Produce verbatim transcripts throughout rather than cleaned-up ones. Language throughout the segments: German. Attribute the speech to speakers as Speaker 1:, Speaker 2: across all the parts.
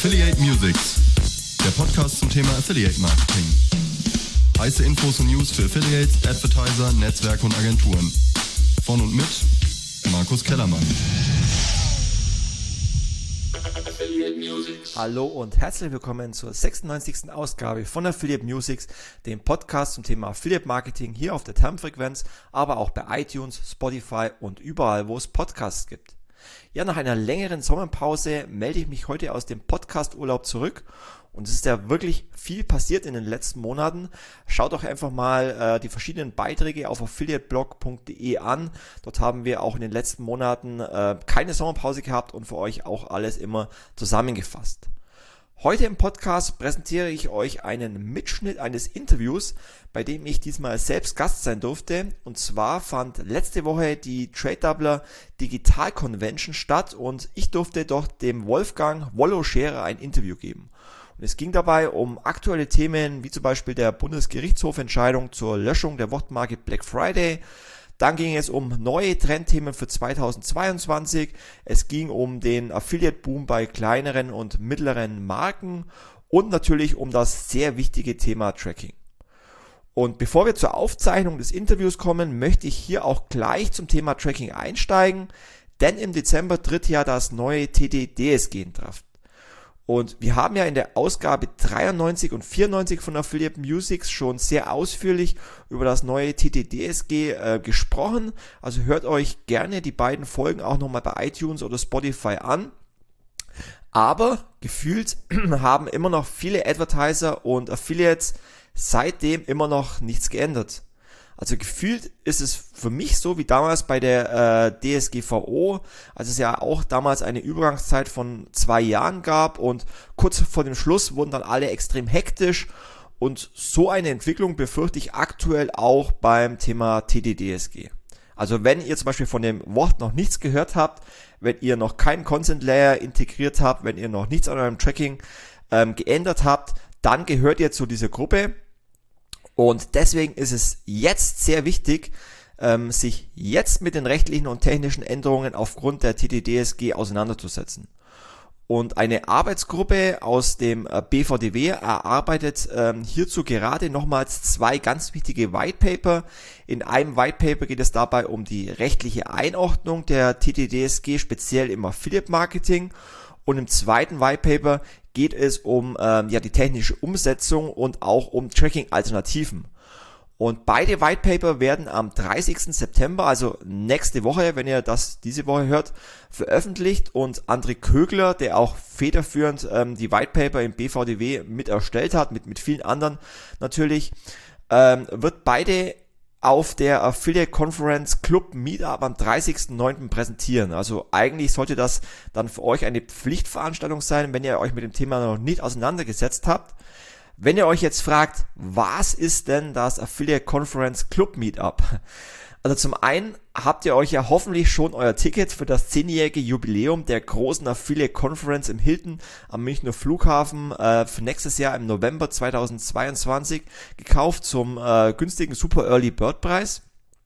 Speaker 1: Affiliate Musics, der Podcast zum Thema Affiliate Marketing. Heiße Infos und News für Affiliates, Advertiser, Netzwerke und Agenturen. Von und mit Markus Kellermann.
Speaker 2: Hallo und herzlich willkommen zur sechsundneunzigsten Ausgabe von Affiliate Musics, dem Podcast zum Thema Affiliate Marketing hier auf der Termfrequenz, aber auch bei iTunes, Spotify und überall, wo es Podcasts gibt. Ja, nach einer längeren Sommerpause melde ich mich heute aus dem Podcast-Urlaub zurück und es ist ja wirklich viel passiert in den letzten Monaten. Schaut doch einfach mal äh, die verschiedenen Beiträge auf affiliate blog punkt de an. Dort haben wir auch in den letzten Monaten äh, keine Sommerpause gehabt und für euch auch alles immer zusammengefasst. Heute im Podcast präsentiere ich euch einen Mitschnitt eines Interviews, bei dem ich diesmal selbst Gast sein durfte. Und zwar fand letzte Woche die Tradedoubler Digital Convention statt und ich durfte dort dem Wolfgang Wollo Scherer ein Interview geben. Und es ging dabei um aktuelle Themen wie zum Beispiel der Bundesgerichtshofentscheidung zur Löschung der Wortmarke Black Friday. Dann ging es um neue Trendthemen für zweitausendzweiundzwanzig. Es ging um den Affiliate-Boom bei kleineren und mittleren Marken und natürlich um das sehr wichtige Thema Tracking. Und bevor wir zur Aufzeichnung des Interviews kommen, möchte ich hier auch gleich zum Thema Tracking einsteigen, denn im Dezember tritt ja das neue T D D S G in Kraft. Und wir haben ja in der Ausgabe dreiundneunzig und vierundneunzig von Affiliate Musics schon sehr ausführlich über das neue T D D S G äh, gesprochen. Also hört euch gerne die beiden Folgen auch nochmal bei iTunes oder Spotify an. Aber gefühlt haben immer noch viele Advertiser und Affiliates seitdem immer noch nichts geändert. Also gefühlt ist es für mich so wie damals bei der äh, D S G V O, als es ja auch damals eine Übergangszeit von zwei Jahren gab und kurz vor dem Schluss wurden dann alle extrem hektisch und so eine Entwicklung befürchte ich aktuell auch beim Thema T D D S G. Also wenn ihr zum Beispiel von dem Wort noch nichts gehört habt, wenn ihr noch keinen Content Layer integriert habt, wenn ihr noch nichts an eurem Tracking ähm, geändert habt, dann gehört ihr zu dieser Gruppe. Und deswegen ist es jetzt sehr wichtig, ähm, sich jetzt mit den rechtlichen und technischen Änderungen aufgrund der T D D S G auseinanderzusetzen. Und eine Arbeitsgruppe aus dem äh, B V D W erarbeitet ähm, hierzu gerade nochmals zwei ganz wichtige Whitepaper. In einem Whitepaper geht es dabei um die rechtliche Einordnung der T D D S G, speziell im Affiliate Marketing. Und im zweiten Whitepaper geht es um ähm, ja die technische Umsetzung und auch um Tracking-Alternativen. Und beide Whitepaper werden am dreißigsten September, also nächste Woche, wenn ihr das diese Woche hört, veröffentlicht. Und André Kögler, der auch federführend ähm, die Whitepaper im B V D W mit erstellt hat, mit, mit vielen anderen natürlich, ähm, wird beide auf der Affiliate Conference Club Meetup am dreißigsten neunten präsentieren. Also eigentlich sollte das dann für euch eine Pflichtveranstaltung sein, wenn ihr euch mit dem Thema noch nicht auseinandergesetzt habt. Wenn ihr euch jetzt fragt, was ist denn das Affiliate Conference Club Meetup? Also zum einen habt ihr euch ja hoffentlich schon euer Ticket für das zehnjährige Jubiläum der großen Affiliate Conference im Hilton am Münchner Flughafen äh, für nächstes Jahr im November zweitausendzweiundzwanzig gekauft zum äh, günstigen Super Early Bird Preis.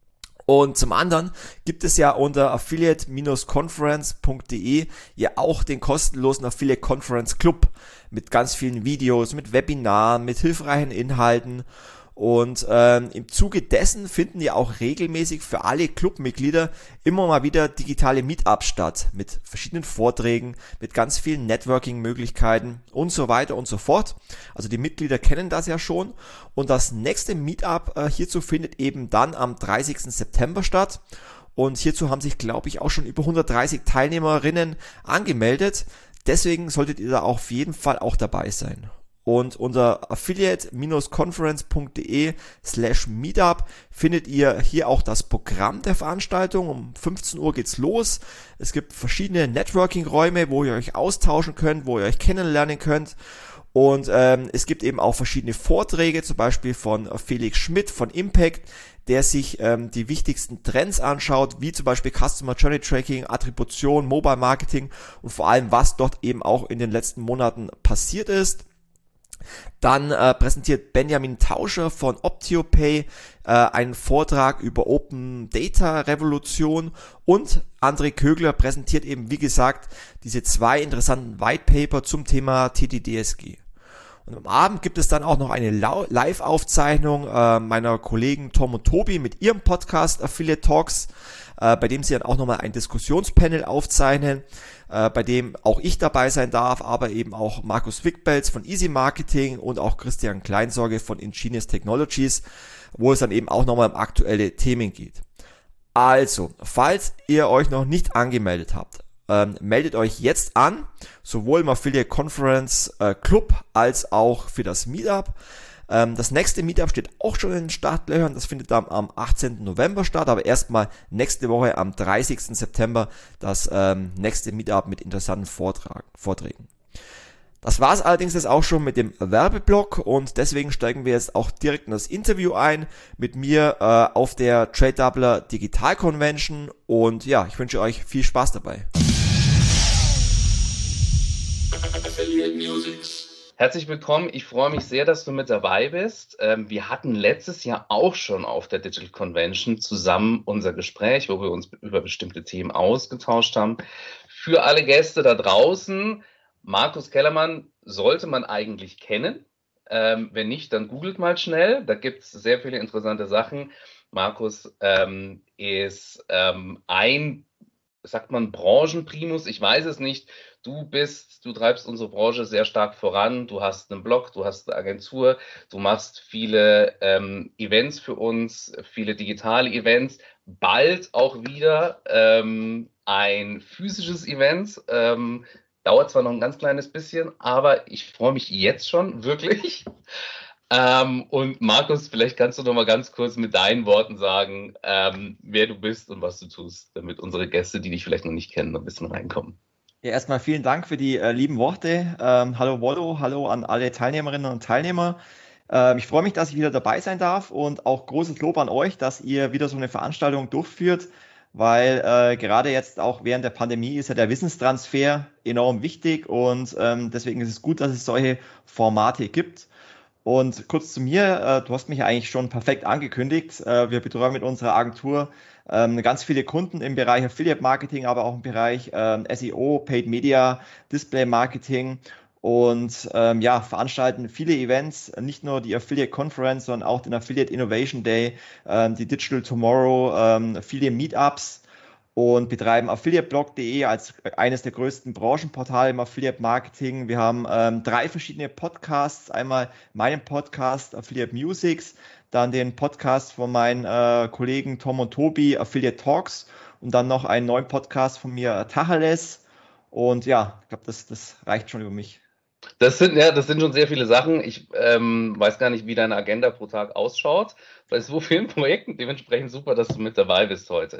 Speaker 2: Und zum anderen gibt es ja unter affiliate Bindestrich conference punkt de ja auch den kostenlosen Affiliate Conference Club mit ganz vielen Videos, mit Webinaren, mit hilfreichen Inhalten. Und ähm, im Zuge dessen finden ja auch regelmäßig für alle Clubmitglieder immer mal wieder digitale Meetups statt mit verschiedenen Vorträgen, mit ganz vielen Networking-Möglichkeiten und so weiter und so fort. Also die Mitglieder kennen das ja schon. Und das nächste Meetup äh, hierzu findet eben dann am dreißigsten September statt. Und hierzu haben sich, glaube ich, auch schon über hundertdreißig Teilnehmerinnen angemeldet. Deswegen solltet ihr da auf jeden Fall auch dabei sein. Und unter affiliate Bindestrich conference punkt de slash meetup findet ihr hier auch das Programm der Veranstaltung. Um fünfzehn Uhr geht's los. Es gibt verschiedene Networking-Räume, wo ihr euch austauschen könnt, wo ihr euch kennenlernen könnt. Und ähm, es gibt eben auch verschiedene Vorträge, zum Beispiel von Felix Schmidt von Impact, der sich ähm, die wichtigsten Trends anschaut, wie zum Beispiel Customer Journey Tracking, Attribution, Mobile Marketing und vor allem, was dort eben auch in den letzten Monaten passiert ist. Dann äh, präsentiert Benjamin Tauscher von OptioPay äh, einen Vortrag über Open Data Revolution und André Kögler präsentiert eben, wie gesagt, diese zwei interessanten White Paper zum Thema T T D S G. Und am Abend gibt es dann auch noch eine Live-Aufzeichnung äh, meiner Kollegen Tom und Tobi mit ihrem Podcast Affiliate Talks, äh, bei dem sie dann auch nochmal ein Diskussionspanel aufzeichnen, äh, bei dem auch ich dabei sein darf, aber eben auch Markus Wickbelz von Easy Marketing und auch Christian Kleinsorge von Ingenious Technologies, wo es dann eben auch nochmal um aktuelle Themen geht. Also, falls ihr euch noch nicht angemeldet habt, Ähm, meldet euch jetzt an, sowohl im Affiliate Conference äh, Club als auch für das Meetup. Ähm, das nächste Meetup steht auch schon in den Startlöchern, das findet dann am achtzehnten November statt, aber erstmal nächste Woche am dreißigsten September das ähm, nächste Meetup mit interessanten Vortrag, Vorträgen. Das war es allerdings jetzt auch schon mit dem Werbeblock und deswegen steigen wir jetzt auch direkt in das Interview ein mit mir äh, auf der Trade Doubler Digital Convention und ja, ich wünsche euch viel Spaß dabei.
Speaker 3: Herzlich willkommen. Ich freue mich sehr, dass du mit dabei bist. Wir hatten letztes Jahr auch schon auf der Digital Convention zusammen unser Gespräch, wo wir uns über bestimmte Themen ausgetauscht haben. Für alle Gäste da draußen, Markus Kellermann sollte man eigentlich kennen. Wenn nicht, dann googelt mal schnell. Da gibt es sehr viele interessante Sachen. Markus ähm, ist ähm, ein, sagt man, Branchenprimus. Ich weiß es nicht. Du bist, du treibst unsere Branche sehr stark voran. Du hast einen Blog, du hast eine Agentur, du machst viele ähm, Events für uns, viele digitale Events. Bald auch wieder ähm, ein physisches Event. Ähm, dauert zwar noch ein ganz kleines bisschen, aber ich freue mich jetzt schon wirklich. Ähm, und Markus, vielleicht kannst du noch mal ganz kurz mit deinen Worten sagen, ähm, wer du bist und was du tust, damit unsere Gäste, die dich vielleicht noch nicht kennen, noch ein bisschen reinkommen.
Speaker 2: Ja, erstmal vielen Dank für die äh, lieben Worte. Ähm, hallo Wollo, hallo an alle Teilnehmerinnen und Teilnehmer. Ähm, ich freue mich, dass ich wieder dabei sein darf und auch großes Lob an euch, dass ihr wieder so eine Veranstaltung durchführt, weil äh, gerade jetzt auch während der Pandemie ist ja der Wissenstransfer enorm wichtig und ähm, deswegen ist es gut, dass es solche Formate gibt. Und kurz zu mir, äh, du hast mich ja eigentlich schon perfekt angekündigt. Äh, wir betreuen mit unserer Agentur ähm, ganz viele Kunden im Bereich Affiliate Marketing, aber auch im Bereich ähm, S E O, Paid Media, Display Marketing und ähm, ja, veranstalten viele Events, nicht nur die Affiliate Conference, sondern auch den Affiliate Innovation Day, ähm, die Digital Tomorrow, ähm, viele Meetups und betreiben affiliate blog punkt de als eines der größten Branchenportale im Affiliate Marketing. Wir haben ähm, drei verschiedene Podcasts. Einmal meinen Podcast Affiliate Musics, dann den Podcast von meinen äh, Kollegen Tom und Tobi, Affiliate Talks und dann noch einen neuen Podcast von mir, Tacheles. Und ja, ich glaube, das, das reicht schon über mich.
Speaker 3: Das sind, ja, das sind schon sehr viele Sachen. Ich ähm, weiß gar nicht, wie deine Agenda pro Tag ausschaut, bei so vielen Projekten. Dementsprechend super, dass du mit dabei bist heute.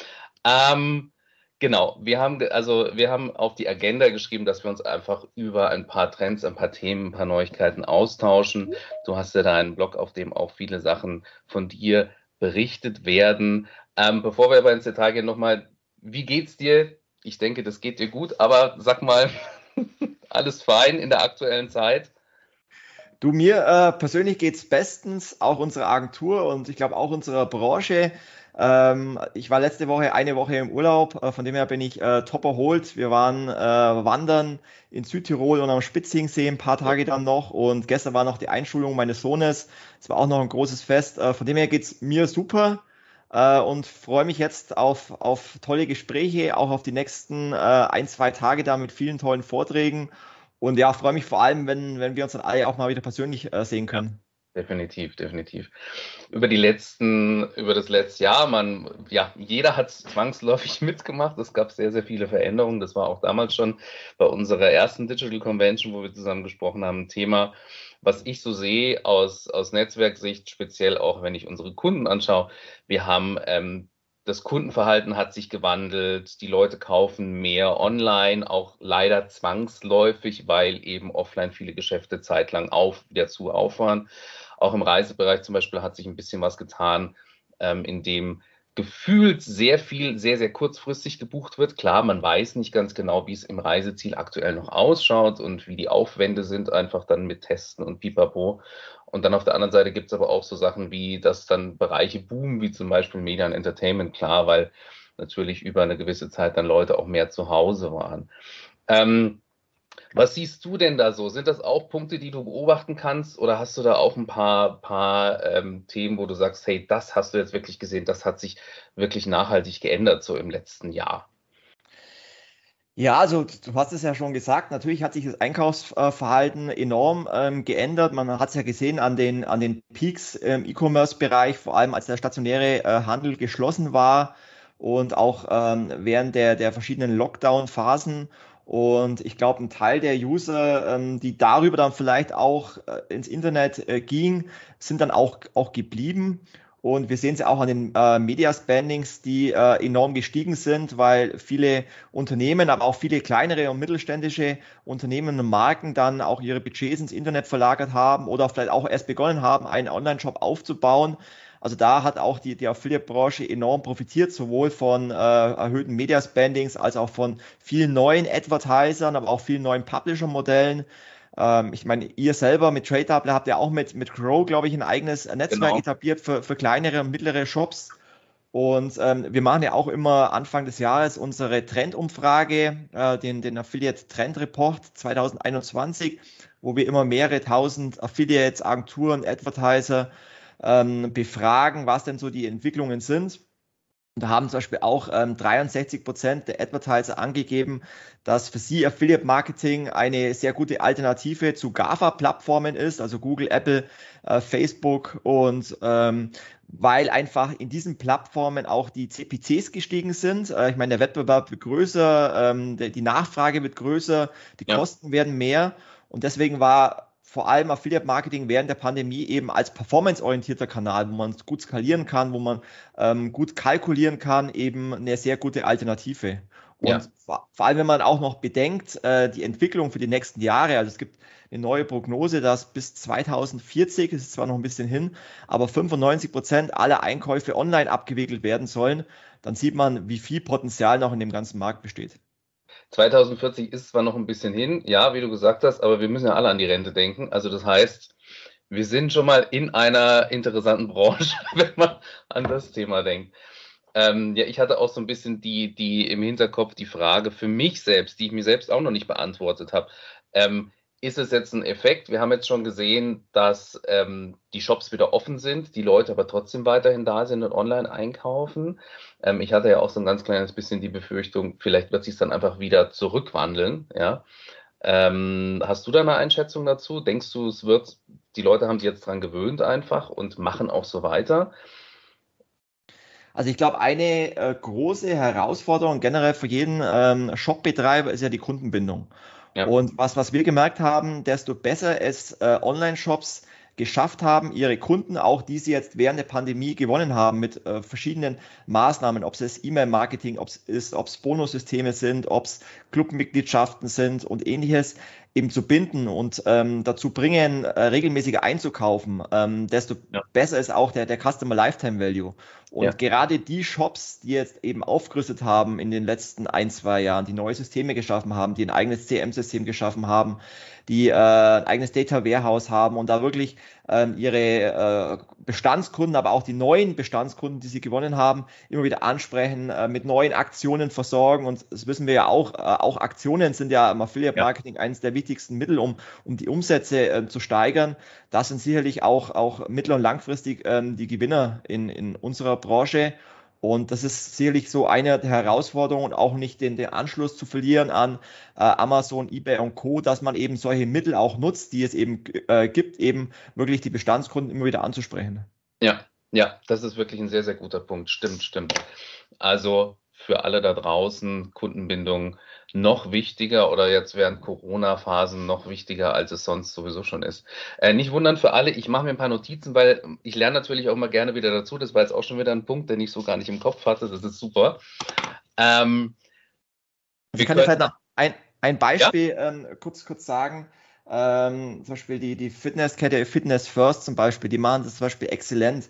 Speaker 3: Ähm, genau, wir haben, also wir haben auf die Agenda geschrieben, dass wir uns einfach über ein paar Trends, ein paar Themen, ein paar Neuigkeiten austauschen. Du hast ja da einen Blog, auf dem auch viele Sachen von dir berichtet werden. Ähm, bevor wir aber ins Detail gehen, nochmal, wie geht's dir? Ich denke, das geht dir gut, aber sag mal, alles fein in der aktuellen Zeit?
Speaker 2: Du, mir äh, persönlich geht's bestens, auch unserer Agentur und ich glaube auch unserer Branche. Ähm, ich war letzte Woche eine Woche im Urlaub, äh, von dem her bin ich äh, top erholt. Wir waren äh, wandern in Südtirol und am Spitzingsee ein paar Tage dann noch und gestern war noch die Einschulung meines Sohnes. Es war auch noch ein großes Fest. Äh, von dem her geht's mir super äh, und freue mich jetzt auf, auf tolle Gespräche, auch auf die nächsten äh, ein, zwei Tage da mit vielen tollen Vorträgen. Und ja, freue mich vor allem, wenn, wenn wir uns dann alle auch mal wieder persönlich äh, sehen können.
Speaker 3: Definitiv, definitiv. Über die letzten, über das letzte Jahr, man, ja, jeder hat zwangsläufig mitgemacht. Es gab sehr, sehr viele Veränderungen. Das war auch damals schon bei unserer ersten Digital Convention, wo wir zusammen gesprochen haben, ein Thema, was ich so sehe aus, aus Netzwerksicht, speziell auch, wenn ich unsere Kunden anschaue. Wir haben ähm, das Kundenverhalten hat sich gewandelt, die Leute kaufen mehr online, auch leider zwangsläufig, weil eben offline viele Geschäfte zeitlang auf, wieder zu auf waren. Auch im Reisebereich zum Beispiel hat sich ein bisschen was getan, ähm, in dem gefühlt sehr viel, sehr, sehr kurzfristig gebucht wird. Klar, man weiß nicht ganz genau, wie es im Reiseziel aktuell noch ausschaut und wie die Aufwände sind, einfach dann mit Testen und Pipapo. Und dann auf der anderen Seite gibt es aber auch so Sachen wie, dass dann Bereiche boomen, wie zum Beispiel Media und Entertainment, klar, weil natürlich über eine gewisse Zeit dann Leute auch mehr zu Hause waren. Ähm, Was siehst du denn da so? Sind das auch Punkte, die du beobachten kannst, oder hast du da auch ein paar, paar ähm, Themen, wo du sagst, hey, das hast du jetzt wirklich gesehen, das hat sich wirklich nachhaltig geändert so im letzten Jahr?
Speaker 2: Ja, also du hast es ja schon gesagt, natürlich hat sich das Einkaufsverhalten enorm ähm, geändert. Man hat es ja gesehen an den, an den Peaks im E-Commerce-Bereich, vor allem als der stationäre äh, Handel geschlossen war und auch ähm, während der, der verschiedenen Lockdown-Phasen. Und ich glaube, ein Teil der User, ähm, die darüber dann vielleicht auch äh, ins Internet äh, ging, sind dann auch, auch geblieben. Und wir sehen es ja auch an den äh, Media-Spendings, die äh, enorm gestiegen sind, weil viele Unternehmen, aber auch viele kleinere und mittelständische Unternehmen und Marken dann auch ihre Budgets ins Internet verlagert haben oder vielleicht auch erst begonnen haben, einen Online-Shop aufzubauen. Also da hat auch die, die Affiliate-Branche enorm profitiert, sowohl von äh, erhöhten Media-Spendings als auch von vielen neuen Advertisern, aber auch vielen neuen Publisher-Modellen. Ähm, ich meine, ihr selber mit TradeTable habt ja auch mit, mit Grow, glaube ich, ein eigenes Netzwerk
Speaker 3: Genau.
Speaker 2: etabliert für, für kleinere und mittlere Shops. Und ähm, wir machen ja auch immer Anfang des Jahres unsere Trendumfrage, äh, den, den Affiliate Trend Report zwanzig einundzwanzig, wo wir immer mehrere tausend Affiliates, Agenturen, Advertiser ähm, befragen, was denn so die Entwicklungen sind. Und da haben zum Beispiel auch ähm, dreiundsechzig Prozent der Advertiser angegeben, dass für sie Affiliate Marketing eine sehr gute Alternative zu GAFA-Plattformen ist, also Google, Apple, äh, Facebook, und ähm, weil einfach in diesen Plattformen auch die C P Cs gestiegen sind. Äh, ich meine, der Wettbewerb wird größer, ähm, der, die Nachfrage wird größer, die
Speaker 3: Ja.
Speaker 2: Kosten werden mehr, und deswegen war vor allem Affiliate Marketing während der Pandemie eben als performanceorientierter Kanal, wo man gut skalieren kann, wo man ähm, gut kalkulieren kann, eben eine sehr gute Alternative.
Speaker 3: Ja.
Speaker 2: Und vor, vor allem, wenn man auch noch bedenkt, äh, die Entwicklung für die nächsten Jahre, also es gibt eine neue Prognose, dass bis zweitausendvierzig, es ist zwar noch ein bisschen hin, aber fünfundneunzig Prozent aller Einkäufe online abgewickelt werden sollen, dann sieht man, wie viel Potenzial noch in dem ganzen Markt besteht.
Speaker 3: zweitausendvierzig ist zwar noch ein bisschen hin, ja, wie du gesagt hast, aber wir müssen ja alle an die Rente denken. Also das heißt, wir sind schon mal in einer interessanten Branche, wenn man an das Thema denkt. Ähm, ja, ich hatte auch so ein bisschen die, die im Hinterkopf die Frage für mich selbst, die ich mir selbst auch noch nicht beantwortet habe. Ähm, ist es jetzt ein Effekt? Wir haben jetzt schon gesehen, dass ähm, die Shops wieder offen sind, die Leute aber trotzdem weiterhin da sind und online einkaufen. Ähm, ich hatte ja auch so ein ganz kleines bisschen die Befürchtung, vielleicht wird sich dann einfach wieder zurückwandeln. Ja? Ähm, hast du da eine Einschätzung dazu? Denkst du, es wird, die Leute haben sich jetzt dran gewöhnt einfach und machen auch so weiter?
Speaker 2: Also ich glaube, eine äh, große Herausforderung generell für jeden ähm, Shopbetreiber ist ja die Kundenbindung.
Speaker 3: Ja,
Speaker 2: Und was, was wir gemerkt haben, desto besser es äh, Online-Shops geschafft haben, ihre Kunden, auch die sie jetzt während der Pandemie gewonnen haben mit äh, verschiedenen Maßnahmen, ob es E-Mail-Marketing, ob es ist, ob es Bonussysteme sind, ob es Clubmitgliedschaften sind und ähnliches, eben zu binden und ähm, dazu bringen, äh, regelmäßiger einzukaufen, ähm, desto
Speaker 3: ja,
Speaker 2: besser ist auch der, der Customer Lifetime Value. Und
Speaker 3: ja,
Speaker 2: gerade die Shops, die jetzt eben aufgerüstet haben in den letzten ein, zwei Jahren, die neue Systeme geschaffen haben, die ein eigenes C R M-System geschaffen haben, die äh, ein eigenes Data Warehouse haben und da wirklich ähm, ihre äh, Bestandskunden, aber auch die neuen Bestandskunden, die sie gewonnen haben, immer wieder ansprechen, äh, mit neuen Aktionen versorgen. Und das wissen wir ja auch, äh, auch Aktionen sind ja im Affiliate
Speaker 3: ja.
Speaker 2: Marketing eines der wichtigsten Mittel, um, um die Umsätze äh, zu steigern. Das sind sicherlich auch, auch mittel- und langfristig ähm, die Gewinner in, in unserer Branche. Und das ist sicherlich so eine der Herausforderungen, und auch nicht den, den Anschluss zu verlieren an äh, Amazon, eBay und Co., dass man eben solche Mittel auch nutzt, die es eben äh, gibt, eben wirklich die Bestandskunden immer wieder anzusprechen.
Speaker 3: Ja, ja, das ist wirklich ein sehr, sehr guter Punkt. Stimmt, stimmt. Also für alle da draußen Kundenbindung noch wichtiger oder jetzt während Corona-Phasen noch wichtiger, als es sonst sowieso schon ist. Äh, nicht wundern für alle, ich mache mir ein paar Notizen, weil ich lerne natürlich auch mal gerne wieder dazu. Das war jetzt auch schon wieder ein Punkt, den ich so gar nicht im Kopf hatte. Das ist super. Ähm,
Speaker 2: Also
Speaker 3: wir
Speaker 2: ich kann dir
Speaker 3: können,
Speaker 2: vielleicht noch ein, ein
Speaker 3: ja,
Speaker 2: Beispiel ähm, kurz, kurz sagen. Ähm, zum Beispiel die, die Fitnesskette Fitness First zum Beispiel, die machen das zum Beispiel exzellent.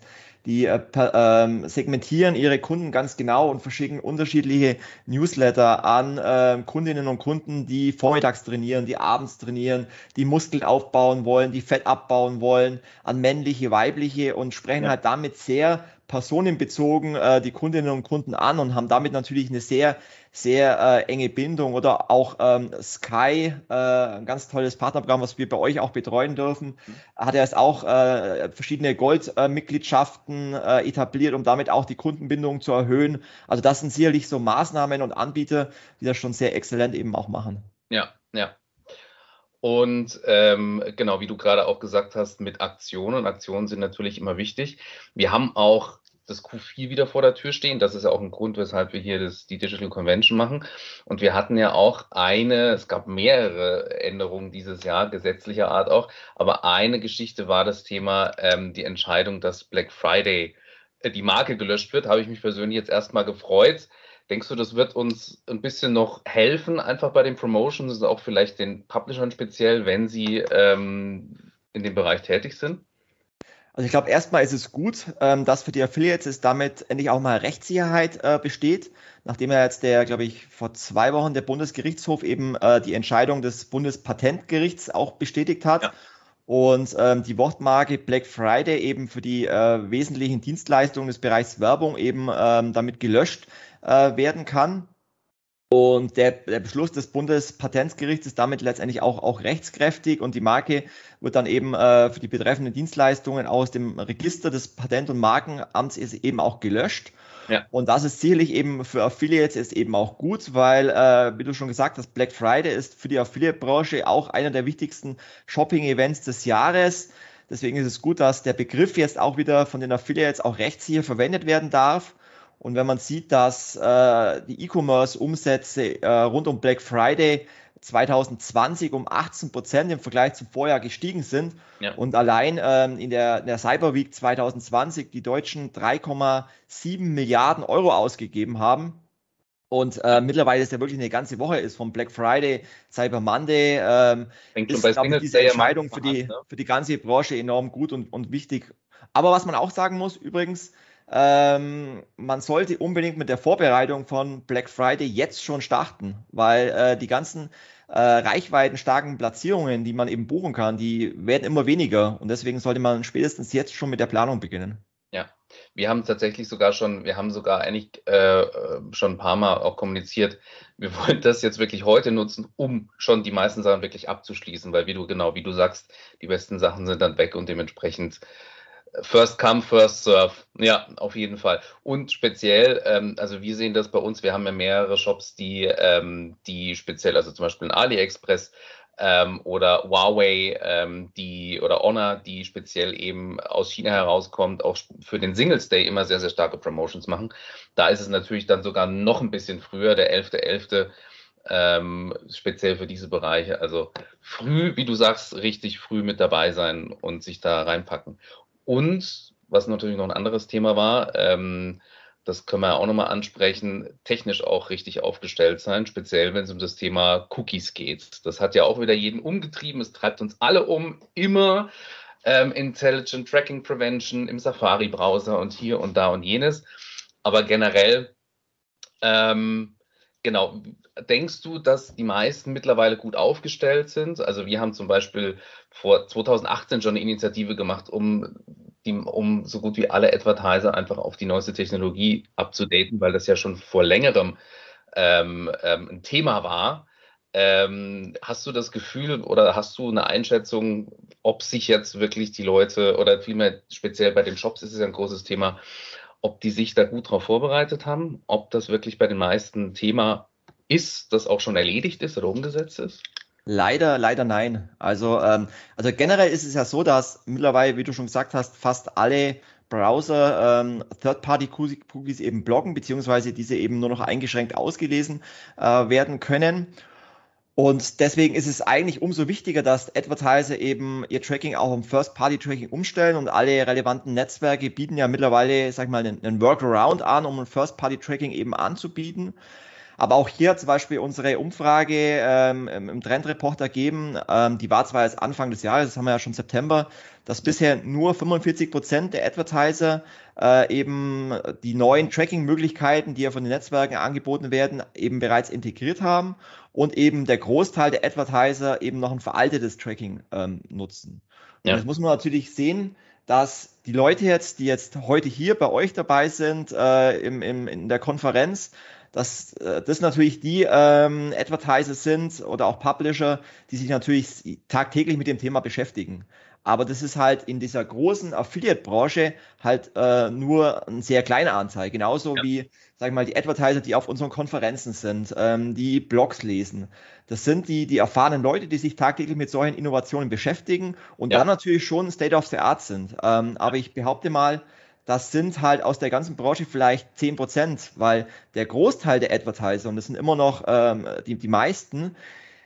Speaker 2: die äh, per, ähm, segmentieren ihre Kunden ganz genau und verschicken unterschiedliche Newsletter an äh, Kundinnen und Kunden, die vormittags trainieren, die abends trainieren, die Muskeln aufbauen wollen, die Fett abbauen wollen, an männliche, weibliche und sprechen
Speaker 3: Ja.
Speaker 2: halt damit sehr personenbezogen äh, die Kundinnen und Kunden an und haben damit natürlich eine sehr, sehr äh, enge Bindung. Oder auch ähm, Sky, äh, ein ganz tolles Partnerprogramm, was wir bei euch auch betreuen dürfen,
Speaker 3: Mhm.
Speaker 2: hat erst auch äh, verschiedene Gold-Mitgliedschaften äh, etabliert, um damit auch die Kundenbindung zu erhöhen. Also das sind sicherlich so Maßnahmen und Anbieter, die das schon sehr exzellent eben auch machen.
Speaker 3: Ja, ja. Und ähm, genau, wie du gerade auch gesagt hast, mit Aktionen. Aktionen sind natürlich immer wichtig. Wir haben auch das Q vier wieder vor der Tür stehen. Das ist ja auch ein Grund, weshalb wir hier das, die Digital Convention machen. Und wir hatten ja auch eine, es gab mehrere Änderungen dieses Jahr, gesetzlicher Art auch. Aber eine Geschichte war das Thema, ähm, die Entscheidung, dass Black Friday äh, die Marke gelöscht wird. Habe ich mich persönlich jetzt erstmal gefreut. Denkst du, das wird uns ein bisschen noch helfen, einfach bei den Promotions und auch vielleicht den Publishern speziell, wenn sie ähm, in dem Bereich tätig sind?
Speaker 2: Also ich glaube, erstmal ist es gut, ähm, dass für die Affiliates es damit endlich auch mal Rechtssicherheit äh, besteht, nachdem ja jetzt der, glaube ich, vor zwei Wochen der Bundesgerichtshof eben äh, die Entscheidung des Bundespatentgerichts auch bestätigt hat.
Speaker 3: Ja.
Speaker 2: Und ähm, die Wortmarke Black Friday eben für die äh, wesentlichen Dienstleistungen des Bereichs Werbung eben ähm, damit gelöscht äh, werden kann. Und der, der Beschluss des Bundespatentsgerichts ist damit letztendlich auch, auch rechtskräftig und die Marke wird dann eben äh, für die betreffenden Dienstleistungen aus dem Register des Patent- und Markenamts ist eben auch gelöscht.
Speaker 3: Ja.
Speaker 2: Und das ist sicherlich eben für Affiliates ist eben auch gut, weil, äh, wie du schon gesagt hast, Black Friday ist für die Affiliate-Branche auch einer der wichtigsten Shopping-Events des Jahres. Deswegen ist es gut, dass der Begriff jetzt auch wieder von den Affiliates auch rechtssicher verwendet werden darf. Und wenn man sieht, dass äh, die E-Commerce-Umsätze äh, rund um Black Friday zwanzig zwanzig um achtzehn Prozent im Vergleich zum Vorjahr gestiegen sind
Speaker 3: Ja.
Speaker 2: und allein ähm, in, der, in der Cyber Week zwanzig zwanzig die Deutschen drei Komma sieben Milliarden Euro ausgegeben haben. Und äh, mittlerweile ist ja wirklich eine ganze Woche ist vom Black Friday, Cyber Monday, ähm,
Speaker 3: Fängt schon
Speaker 2: ist,
Speaker 3: bei
Speaker 2: glaube ich,
Speaker 3: Singles
Speaker 2: diese
Speaker 3: Day am
Speaker 2: Entscheidung für
Speaker 3: Anfang
Speaker 2: die,
Speaker 3: an, ne?
Speaker 2: für die ganze Branche enorm gut und, und wichtig. Aber was man auch sagen muss, übrigens, ähm, man sollte unbedingt mit der Vorbereitung von Black Friday jetzt schon starten, weil äh, die ganzen äh, reichweitenstarken Platzierungen, die man eben buchen kann, die werden immer weniger und deswegen sollte man spätestens jetzt schon mit der Planung beginnen.
Speaker 3: Ja, wir haben tatsächlich sogar schon, wir haben sogar eigentlich äh, schon ein paar Mal auch kommuniziert, wir wollen das jetzt wirklich heute nutzen, um schon die meisten Sachen wirklich abzuschließen, weil wie du genau, wie du sagst, die besten Sachen sind dann weg und dementsprechend First come, first serve. Ja, auf jeden Fall. Und speziell, ähm, also wir sehen das bei uns, wir haben ja mehrere Shops, die, ähm, die speziell, also zum Beispiel in AliExpress ähm, oder Huawei, ähm, die oder Honor, die speziell eben aus China herauskommt, auch für den Singles Day immer sehr, sehr starke Promotions machen. Da ist es natürlich dann sogar noch ein bisschen früher, der elfte elfte Ähm, speziell für diese Bereiche. Also früh, wie du sagst, richtig früh mit dabei sein und sich da reinpacken. Und was natürlich noch ein anderes Thema war, ähm, das können wir ja auch nochmal ansprechen, technisch auch richtig aufgestellt sein, speziell wenn es um das Thema Cookies geht. Das hat ja auch wieder jeden umgetrieben, es treibt uns alle um, immer ähm, Intelligent Tracking Prevention im Safari-Browser und hier und da und jenes. Aber generell, ähm, genau, denkst du, dass die meisten mittlerweile gut aufgestellt sind? Also wir haben zum Beispiel vor zwanzig achtzehn schon eine Initiative gemacht, um, die, um so gut wie alle Advertiser einfach auf die neueste Technologie abzudaten, weil das ja schon vor längerem ähm, ähm, ein Thema war. Ähm, hast du das Gefühl oder hast du eine Einschätzung, ob sich jetzt wirklich die Leute oder vielmehr speziell bei den Shops ist es ja ein großes Thema, ob die sich da gut drauf vorbereitet haben, ob das wirklich bei den meisten Thema ist, das auch schon erledigt ist oder umgesetzt ist?
Speaker 2: Leider, leider nein. Also, ähm, also generell ist es ja so, dass mittlerweile, wie du schon gesagt hast, fast alle Browser ähm, Third-Party-Cookies eben blocken, beziehungsweise diese eben nur noch eingeschränkt ausgelesen äh, werden können. Und deswegen ist es eigentlich umso wichtiger, dass Advertiser eben ihr Tracking auch um First-Party-Tracking umstellen und alle relevanten Netzwerke bieten ja mittlerweile, sag ich mal, einen, einen Workaround an, um ein First-Party-Tracking eben anzubieten. Aber auch hier zum Beispiel unsere Umfrage ähm, im Trendreport ergeben, ähm, die war zwar erst Anfang des Jahres, das haben wir ja schon September, dass bisher nur fünfundvierzig Prozent der Advertiser äh, eben die neuen Tracking-Möglichkeiten, die ja von den Netzwerken angeboten werden, eben bereits integriert haben und eben der Großteil der Advertiser eben noch ein veraltetes Tracking ähm, nutzen. Und
Speaker 3: Ja.
Speaker 2: das muss man natürlich sehen, dass die Leute jetzt, die jetzt heute hier bei euch dabei sind, äh, im, im, in der Konferenz, dass äh, das natürlich die ähm, Advertiser sind oder auch Publisher, die sich natürlich tagtäglich mit dem Thema beschäftigen. Aber das ist halt in dieser großen Affiliate-Branche halt äh, nur ein sehr kleiner Anteil. Genauso
Speaker 3: Ja.
Speaker 2: wie, sag ich mal, die Advertiser, die auf unseren Konferenzen sind, ähm, die Blogs lesen. Das sind die, die erfahrenen Leute, die sich tagtäglich mit solchen Innovationen beschäftigen und
Speaker 3: Ja.
Speaker 2: dann natürlich schon State of the Art sind. Ähm, aber ich behaupte mal, das sind halt aus der ganzen Branche vielleicht zehn Prozent, weil der Großteil der Advertiser, und das sind immer noch ähm, die, die meisten,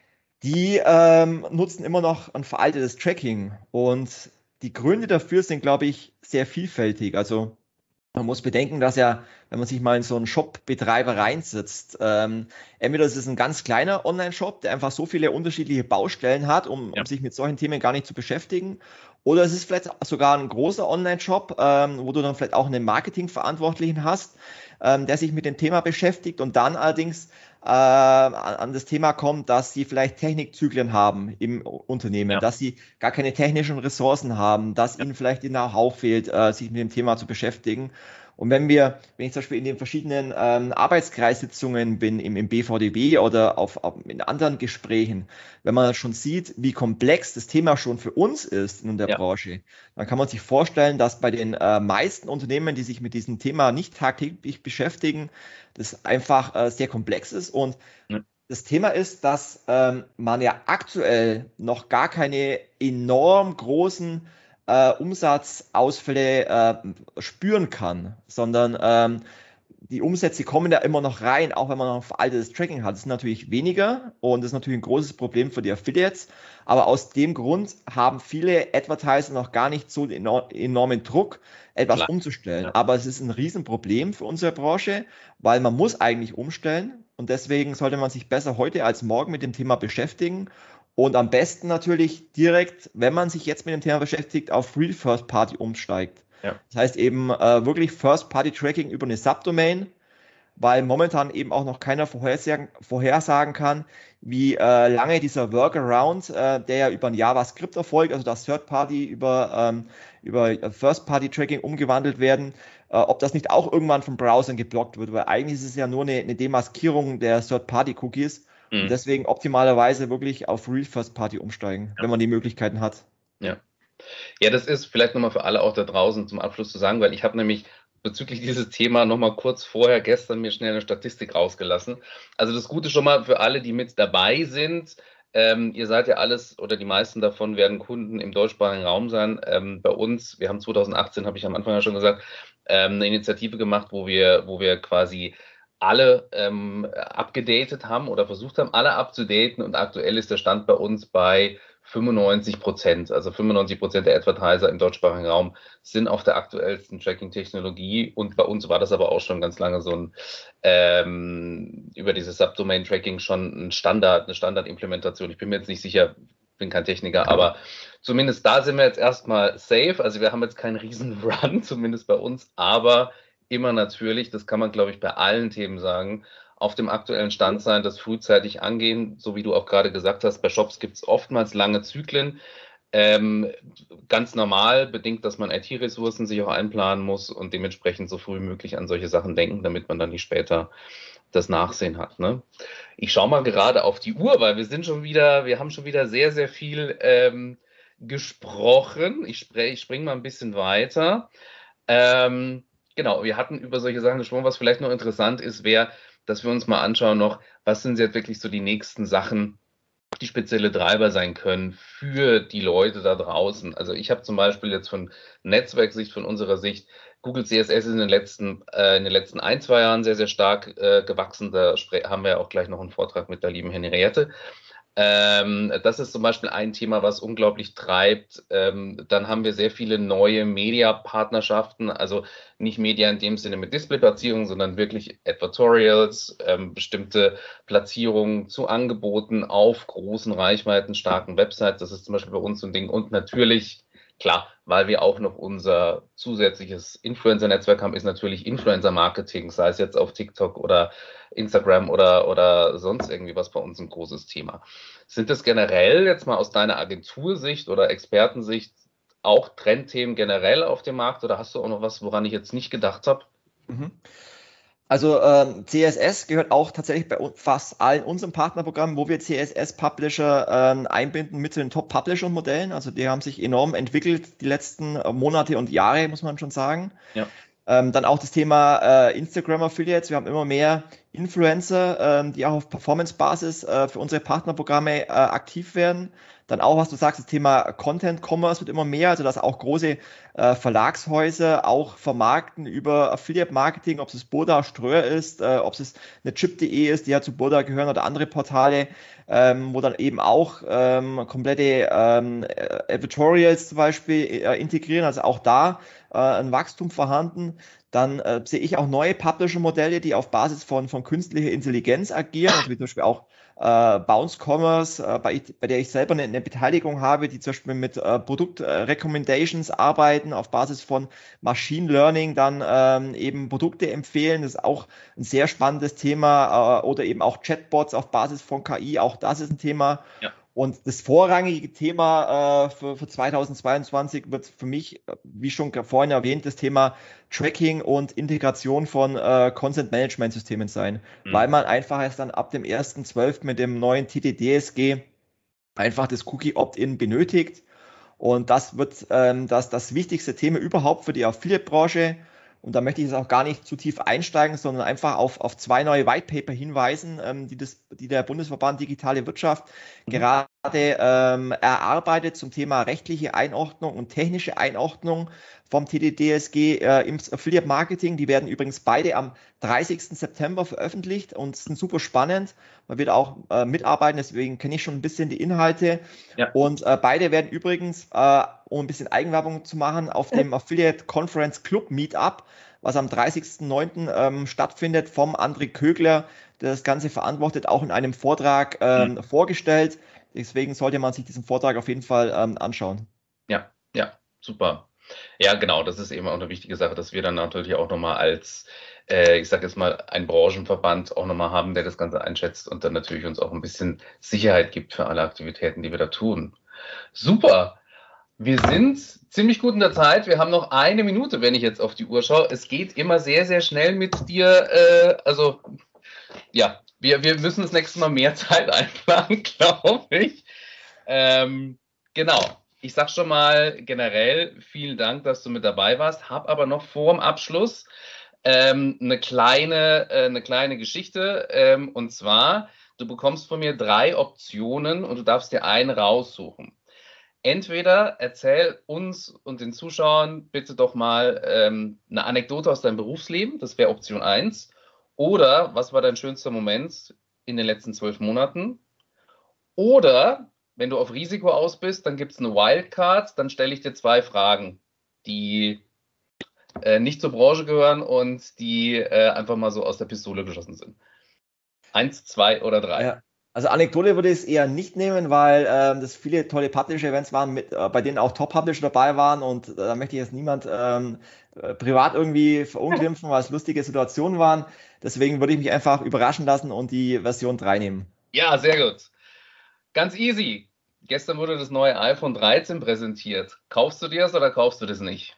Speaker 2: die ähm, nutzen immer noch ein veraltetes Tracking. Und die Gründe dafür sind, glaube ich, sehr vielfältig. Also man muss bedenken, dass ja, wenn man sich mal in so einen Shop-Betreiber reinsetzt, ähm, entweder es ist ein ganz kleiner Online-Shop, der einfach so viele unterschiedliche Baustellen hat, um,
Speaker 3: Ja.
Speaker 2: um sich mit solchen Themen gar nicht zu beschäftigen. Oder es ist vielleicht sogar ein großer Online-Shop, ähm, wo du dann vielleicht auch einen Marketingverantwortlichen hast, ähm, der sich mit dem Thema beschäftigt und dann allerdings äh, an, an das Thema kommt, dass sie vielleicht Technikzyklen haben im Unternehmen,
Speaker 3: Ja.
Speaker 2: dass sie gar keine technischen Ressourcen haben, dass ihnen vielleicht die Know-how fehlt, äh, sich mit dem Thema zu beschäftigen. Und wenn wir, wenn ich zum Beispiel in den verschiedenen ähm, Arbeitskreissitzungen bin, im, im B V D B oder auf, auf, in anderen Gesprächen, wenn man schon sieht, wie komplex das Thema schon für uns ist in der
Speaker 3: Ja.
Speaker 2: Branche, dann kann man sich vorstellen, dass bei den äh, meisten Unternehmen, die sich mit diesem Thema nicht tagtäglich beschäftigen, das einfach äh, sehr komplex ist. Und
Speaker 3: Ja.
Speaker 2: das Thema ist, dass ähm, man ja aktuell noch gar keine enorm großen äh, Umsatzausfälle äh, spüren kann, sondern ähm, die Umsätze kommen ja immer noch rein, auch wenn man noch ein veraltetes Tracking hat. Das ist natürlich weniger und das ist natürlich ein großes Problem für die Affiliates. Aber aus dem Grund haben viele Advertiser noch gar nicht so den enor- enormen Druck, etwas
Speaker 3: Klar.
Speaker 2: umzustellen.
Speaker 3: Ja.
Speaker 2: Aber es ist ein Riesenproblem für unsere Branche, weil man muss eigentlich umstellen und deswegen sollte man sich besser heute als morgen mit dem Thema beschäftigen. Und am besten natürlich direkt, wenn man sich jetzt mit dem Thema beschäftigt, auf Real First Party umsteigt.
Speaker 3: Ja.
Speaker 2: Das heißt eben äh, wirklich First-Party-Tracking über eine Subdomain, weil momentan eben auch noch keiner vorhersagen, vorhersagen kann, wie äh, lange dieser Workaround, äh, der ja über ein JavaScript erfolgt, also das Third-Party über, ähm, über First-Party-Tracking umgewandelt werden, äh, ob das nicht auch irgendwann von Browsern geblockt wird, weil eigentlich ist es ja nur eine, eine Demaskierung der Third-Party-Cookies
Speaker 3: Mhm.
Speaker 2: und deswegen optimalerweise wirklich auf Real First-Party umsteigen,
Speaker 3: Ja.
Speaker 2: wenn man die Möglichkeiten hat.
Speaker 3: Ja. Ja, das ist vielleicht nochmal für alle auch da draußen zum Abschluss zu sagen, weil ich habe nämlich bezüglich dieses Thema nochmal kurz vorher gestern mir schnell eine Statistik rausgelassen. Also das Gute schon mal für alle, die mit dabei sind. Ähm, ihr seid ja alles oder die meisten davon werden Kunden im deutschsprachigen Raum sein. Ähm, bei uns, wir haben zwanzig achtzehn, habe ich am Anfang ja schon gesagt, ähm, eine Initiative gemacht, wo wir, wo wir quasi alle ähm, abgedatet haben oder versucht haben, alle abzudaten und aktuell ist der Stand bei uns bei fünfundneunzig Prozent. Also fünfundneunzig Prozent der Advertiser im deutschsprachigen Raum sind auf der aktuellsten Tracking-Technologie und bei uns war das aber auch schon ganz lange so ein ähm, über dieses Subdomain-Tracking schon ein Standard, eine Standardimplementation. Ich bin mir jetzt nicht sicher, bin kein Techniker, aber zumindest da sind wir jetzt erstmal safe. Also wir haben jetzt keinen riesen Run, zumindest bei uns, aber immer natürlich, das kann man, glaube ich, bei allen Themen sagen, auf dem aktuellen Stand sein, das frühzeitig angehen, so wie du auch gerade gesagt hast, bei Shops gibt es oftmals lange Zyklen, ähm, ganz normal, bedingt, dass man I T-Ressourcen sich auch einplanen muss und dementsprechend so früh wie möglich an solche Sachen denken, damit man dann nicht später das Nachsehen hat. Ne? Ich schaue mal gerade auf die Uhr, weil wir sind schon wieder, wir haben schon wieder sehr, sehr viel ähm, gesprochen. Ich, spre- ich springe mal ein bisschen weiter. Ähm, Genau, wir hatten über solche Sachen gesprochen. Was vielleicht noch interessant ist, wäre, dass wir uns mal anschauen noch, was sind jetzt wirklich so die nächsten Sachen, die spezielle Treiber sein können für die Leute da draußen. Also ich habe zum Beispiel jetzt von Netzwerksicht, von unserer Sicht, Google C S S ist in den letzten, äh, in den letzten ein, zwei Jahren sehr, sehr stark äh, gewachsen. Da spre- haben wir ja auch gleich noch einen Vortrag mit der lieben Henriette. Ähm, das ist zum Beispiel ein Thema, was unglaublich treibt. Ähm, dann haben wir sehr viele neue Media-Partnerschaften, also nicht Media in dem Sinne mit Display-Platzierungen, sondern wirklich Advertorials, ähm, bestimmte Platzierungen zu Angeboten auf großen Reichweiten, starken Websites. Das ist zum Beispiel bei uns so ein Ding. Und natürlich, klar, weil wir auch noch unser zusätzliches Influencer-Netzwerk haben, ist natürlich Influencer-Marketing, sei es jetzt auf TikTok oder Instagram oder, oder sonst irgendwie was bei uns ein großes Thema. Sind das generell jetzt mal aus deiner Agentursicht oder Expertensicht auch Trendthemen generell auf dem Markt oder hast du auch noch was, woran ich jetzt nicht gedacht habe?
Speaker 2: Mhm. Also ähm, C S S gehört auch tatsächlich bei fast allen unseren Partnerprogrammen, wo wir C S S-Publisher ähm, einbinden mit zu den Top-Publisher-Modellen. Also die haben sich enorm entwickelt die letzten äh, Monate und Jahre, muss man schon sagen.
Speaker 3: Ja.
Speaker 2: Ähm, dann auch das Thema äh, Instagram-Affiliates. Wir haben immer mehr Influencer, ähm, die auch auf Performance-Basis äh, für unsere Partnerprogramme äh, aktiv werden. Dann auch, was du sagst, das Thema Content-Commerce wird immer mehr, also dass auch große äh, Verlagshäuser auch vermarkten über Affiliate-Marketing, ob es Burda Ströer ist, äh, ob es eine chip punkt de ist, die ja zu Burda gehören oder andere Portale, ähm, wo dann eben auch ähm, komplette ähm, Editorials zum Beispiel äh, integrieren, also auch da äh, ein Wachstum vorhanden. Dann äh, sehe ich auch neue Publisher-Modelle, die auf Basis von, von künstlicher Intelligenz agieren, also wie zum Beispiel auch äh, Bounce Commerce, äh, bei, bei der ich selber eine, eine Beteiligung habe, die zum Beispiel mit äh, Produkt-Recommendations arbeiten, auf Basis von Machine Learning dann ähm, eben Produkte empfehlen. Das ist auch ein sehr spannendes Thema. Äh, oder eben auch Chatbots auf Basis von K I, auch das ist ein Thema. Ja. Und das vorrangige Thema äh, für, für zweitausendzweiundzwanzig wird für mich, wie schon vorhin erwähnt, das Thema Tracking und Integration von äh, Content-Management-Systemen sein, mhm. weil man einfach erst dann ab dem ersten zwölften mit dem neuen T T D S G einfach das Cookie-Opt-in benötigt. Und das wird ähm, das, das wichtigste Thema überhaupt für die Affiliate-Branche. Und da möchte ich jetzt auch gar nicht zu tief einsteigen, sondern einfach auf, auf zwei neue White Paper hinweisen, ähm, die, das, die der Bundesverband Digitale Wirtschaft mhm. gerade ähm, erarbeitet zum Thema rechtliche Einordnung und technische Einordnung vom T T D S G äh, im Affiliate Marketing. Die werden übrigens beide am dreißigsten September veröffentlicht und sind super spannend. Man wird auch äh, mitarbeiten, deswegen kenne ich schon ein bisschen die Inhalte. Ja. Und äh, beide werden übrigens, äh, um ein bisschen Eigenwerbung zu machen, auf dem Affiliate Conference Club Meetup, was am dreißigsten neunten Ähm, stattfindet, vom André Kögler, der das Ganze verantwortet, auch in einem Vortrag ähm, mhm. vorgestellt. Deswegen sollte man sich diesen Vortrag auf jeden Fall ähm, anschauen.
Speaker 3: Ja, ja, super. Ja, genau, das ist eben auch eine wichtige Sache, dass wir dann natürlich auch nochmal als, äh, ich sage jetzt mal, ein Branchenverband auch nochmal haben, der das Ganze einschätzt und dann natürlich uns auch ein bisschen Sicherheit gibt für alle Aktivitäten, die wir da tun. Super. Wir sind ziemlich gut in der Zeit. Wir haben noch eine Minute, wenn ich jetzt auf die Uhr schaue. Es geht immer sehr, sehr schnell mit dir. Äh, also, ja, wir, wir müssen das nächste Mal mehr Zeit einplanen, glaube ich. Ähm, genau. Ich sag schon mal generell vielen Dank, dass du mit dabei warst. Hab aber noch vor dem Abschluss ähm, eine kleine, äh, eine kleine Geschichte. Ähm, und zwar, du bekommst von mir drei Optionen und du darfst dir eine raussuchen. Entweder erzähl uns und den Zuschauern bitte doch mal ähm, eine Anekdote aus deinem Berufsleben, das wäre Option eins. Oder was war dein schönster Moment in den letzten zwölf Monaten? Oder, wenn du auf Risiko aus bist, dann gibt es eine Wildcard, dann stelle ich dir zwei Fragen, die äh, nicht zur Branche gehören und die äh, einfach mal so aus der Pistole geschossen sind. Eins, zwei oder drei.
Speaker 2: Ja. Also Anekdote würde ich es eher nicht nehmen, weil ähm, das viele tolle Publisher-Events waren, mit, äh, bei denen auch Top-Publisher dabei waren und äh, da möchte ich jetzt niemand ähm, äh, privat irgendwie verunglimpfen, weil es lustige Situationen waren. Deswegen würde ich mich einfach überraschen lassen und die Version drei nehmen.
Speaker 3: Ja, sehr gut. Ganz easy. Gestern wurde das neue iPhone dreizehn präsentiert. Kaufst du dir das oder kaufst du das nicht?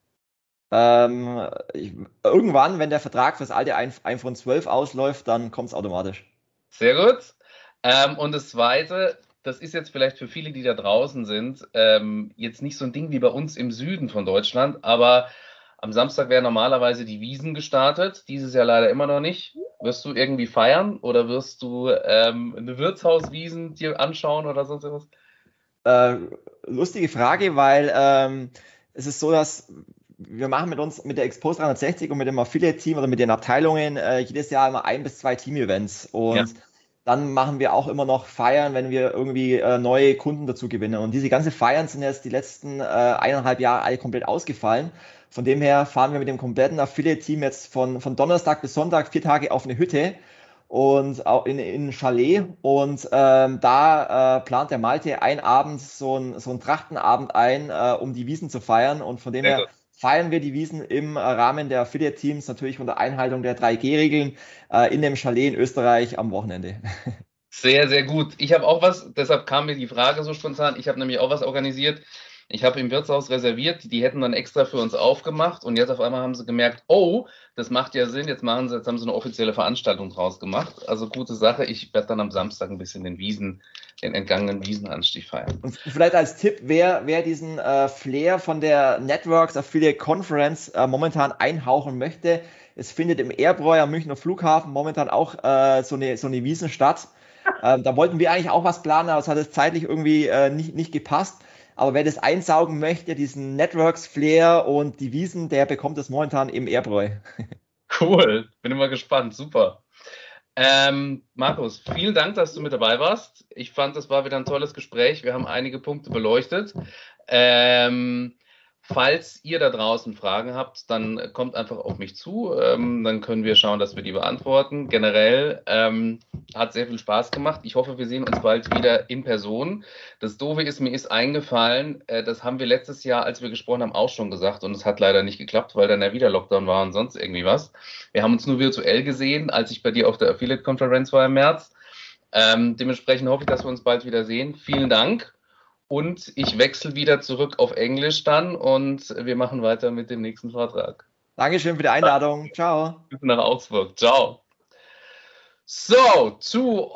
Speaker 2: Ähm, ich, irgendwann, wenn der Vertrag für das alte iPhone zwölf ausläuft, dann kommt es automatisch.
Speaker 3: Sehr gut. Ähm, und das Zweite, das ist jetzt vielleicht für viele, die da draußen sind, ähm, jetzt nicht so ein Ding wie bei uns im Süden von Deutschland, aber am Samstag werden normalerweise die Wiesn gestartet, dieses Jahr leider immer noch nicht. Wirst du irgendwie feiern oder wirst du ähm, eine Wirtshauswiesn dir anschauen oder sonst was?
Speaker 2: Äh, lustige Frage, weil ähm, es ist so, dass wir machen mit uns, mit der Expose dreihundertsechzig und mit dem Affiliate-Team oder mit den Abteilungen äh, jedes Jahr immer ein bis zwei Team-Events und ja. dann machen wir auch immer noch Feiern, wenn wir irgendwie äh, neue Kunden dazu gewinnen. Und diese ganze Feiern sind jetzt die letzten äh, eineinhalb Jahre alle komplett ausgefallen. Von dem her fahren wir mit dem kompletten Affiliate-Team jetzt von, von Donnerstag bis Sonntag vier Tage auf eine Hütte und auch in, in ein Chalet. Und ähm, da äh, plant der Malte einen Abend so ein, so ein Trachtenabend ein, äh, um die Wiesn zu feiern. Und von dem
Speaker 3: Sehr
Speaker 2: her
Speaker 3: gut.
Speaker 2: feiern wir die Wiesn im Rahmen der Affiliate-Teams, natürlich unter Einhaltung der drei G Regeln, äh, in dem Chalet in Österreich am Wochenende.
Speaker 3: Sehr, sehr gut. Ich habe auch was, deshalb kam mir die Frage so spontan. Ich habe nämlich auch was organisiert. Ich habe im Wirtshaus reserviert, die hätten dann extra für uns aufgemacht und jetzt auf einmal haben sie gemerkt, oh, das macht ja Sinn, jetzt machen sie, jetzt haben sie eine offizielle Veranstaltung draus gemacht. Also gute Sache. Ich werde dann am Samstag ein bisschen den Wiesen, den entgangenen Wiesenanstieg feiern.
Speaker 2: Und vielleicht als Tipp, wer, wer diesen äh, Flair von der Networks Affiliate Conference äh, momentan einhauchen möchte, es findet im Airbräu am Münchner Flughafen momentan auch äh, so eine, so eine Wiesn statt. Ähm, da wollten wir eigentlich auch was planen, aber es hat jetzt zeitlich irgendwie äh, nicht, nicht gepasst. Aber wer das einsaugen möchte, diesen Networks Flair und die Wiesn, der bekommt das momentan im Airbräu.
Speaker 3: Cool, bin immer gespannt, super. Ähm, Markus, vielen Dank, dass du mit dabei warst. Ich fand, das war wieder ein tolles Gespräch. Wir haben einige Punkte beleuchtet. Ähm, falls ihr da draußen Fragen habt, dann kommt einfach auf mich zu. Ähm, dann können wir schauen, dass wir die beantworten. Generell ähm, hat sehr viel Spaß gemacht. Ich hoffe, wir sehen uns bald wieder in Person. Das Doofe ist, mir ist eingefallen, äh, das haben wir letztes Jahr, als wir gesprochen haben, auch schon gesagt. Und es hat leider nicht geklappt, weil dann ja wieder Lockdown war und sonst irgendwie was. Wir haben uns nur virtuell gesehen, als ich bei dir auf der Affiliate-Konferenz war im März. Ähm, dementsprechend hoffe ich, dass wir uns bald wieder sehen. Vielen Dank. Und ich wechsle wieder zurück auf Englisch dann und wir machen weiter mit dem nächsten Vortrag.
Speaker 2: Dankeschön für die Einladung. Ciao.
Speaker 3: Bis nach Augsburg. Ciao. So, to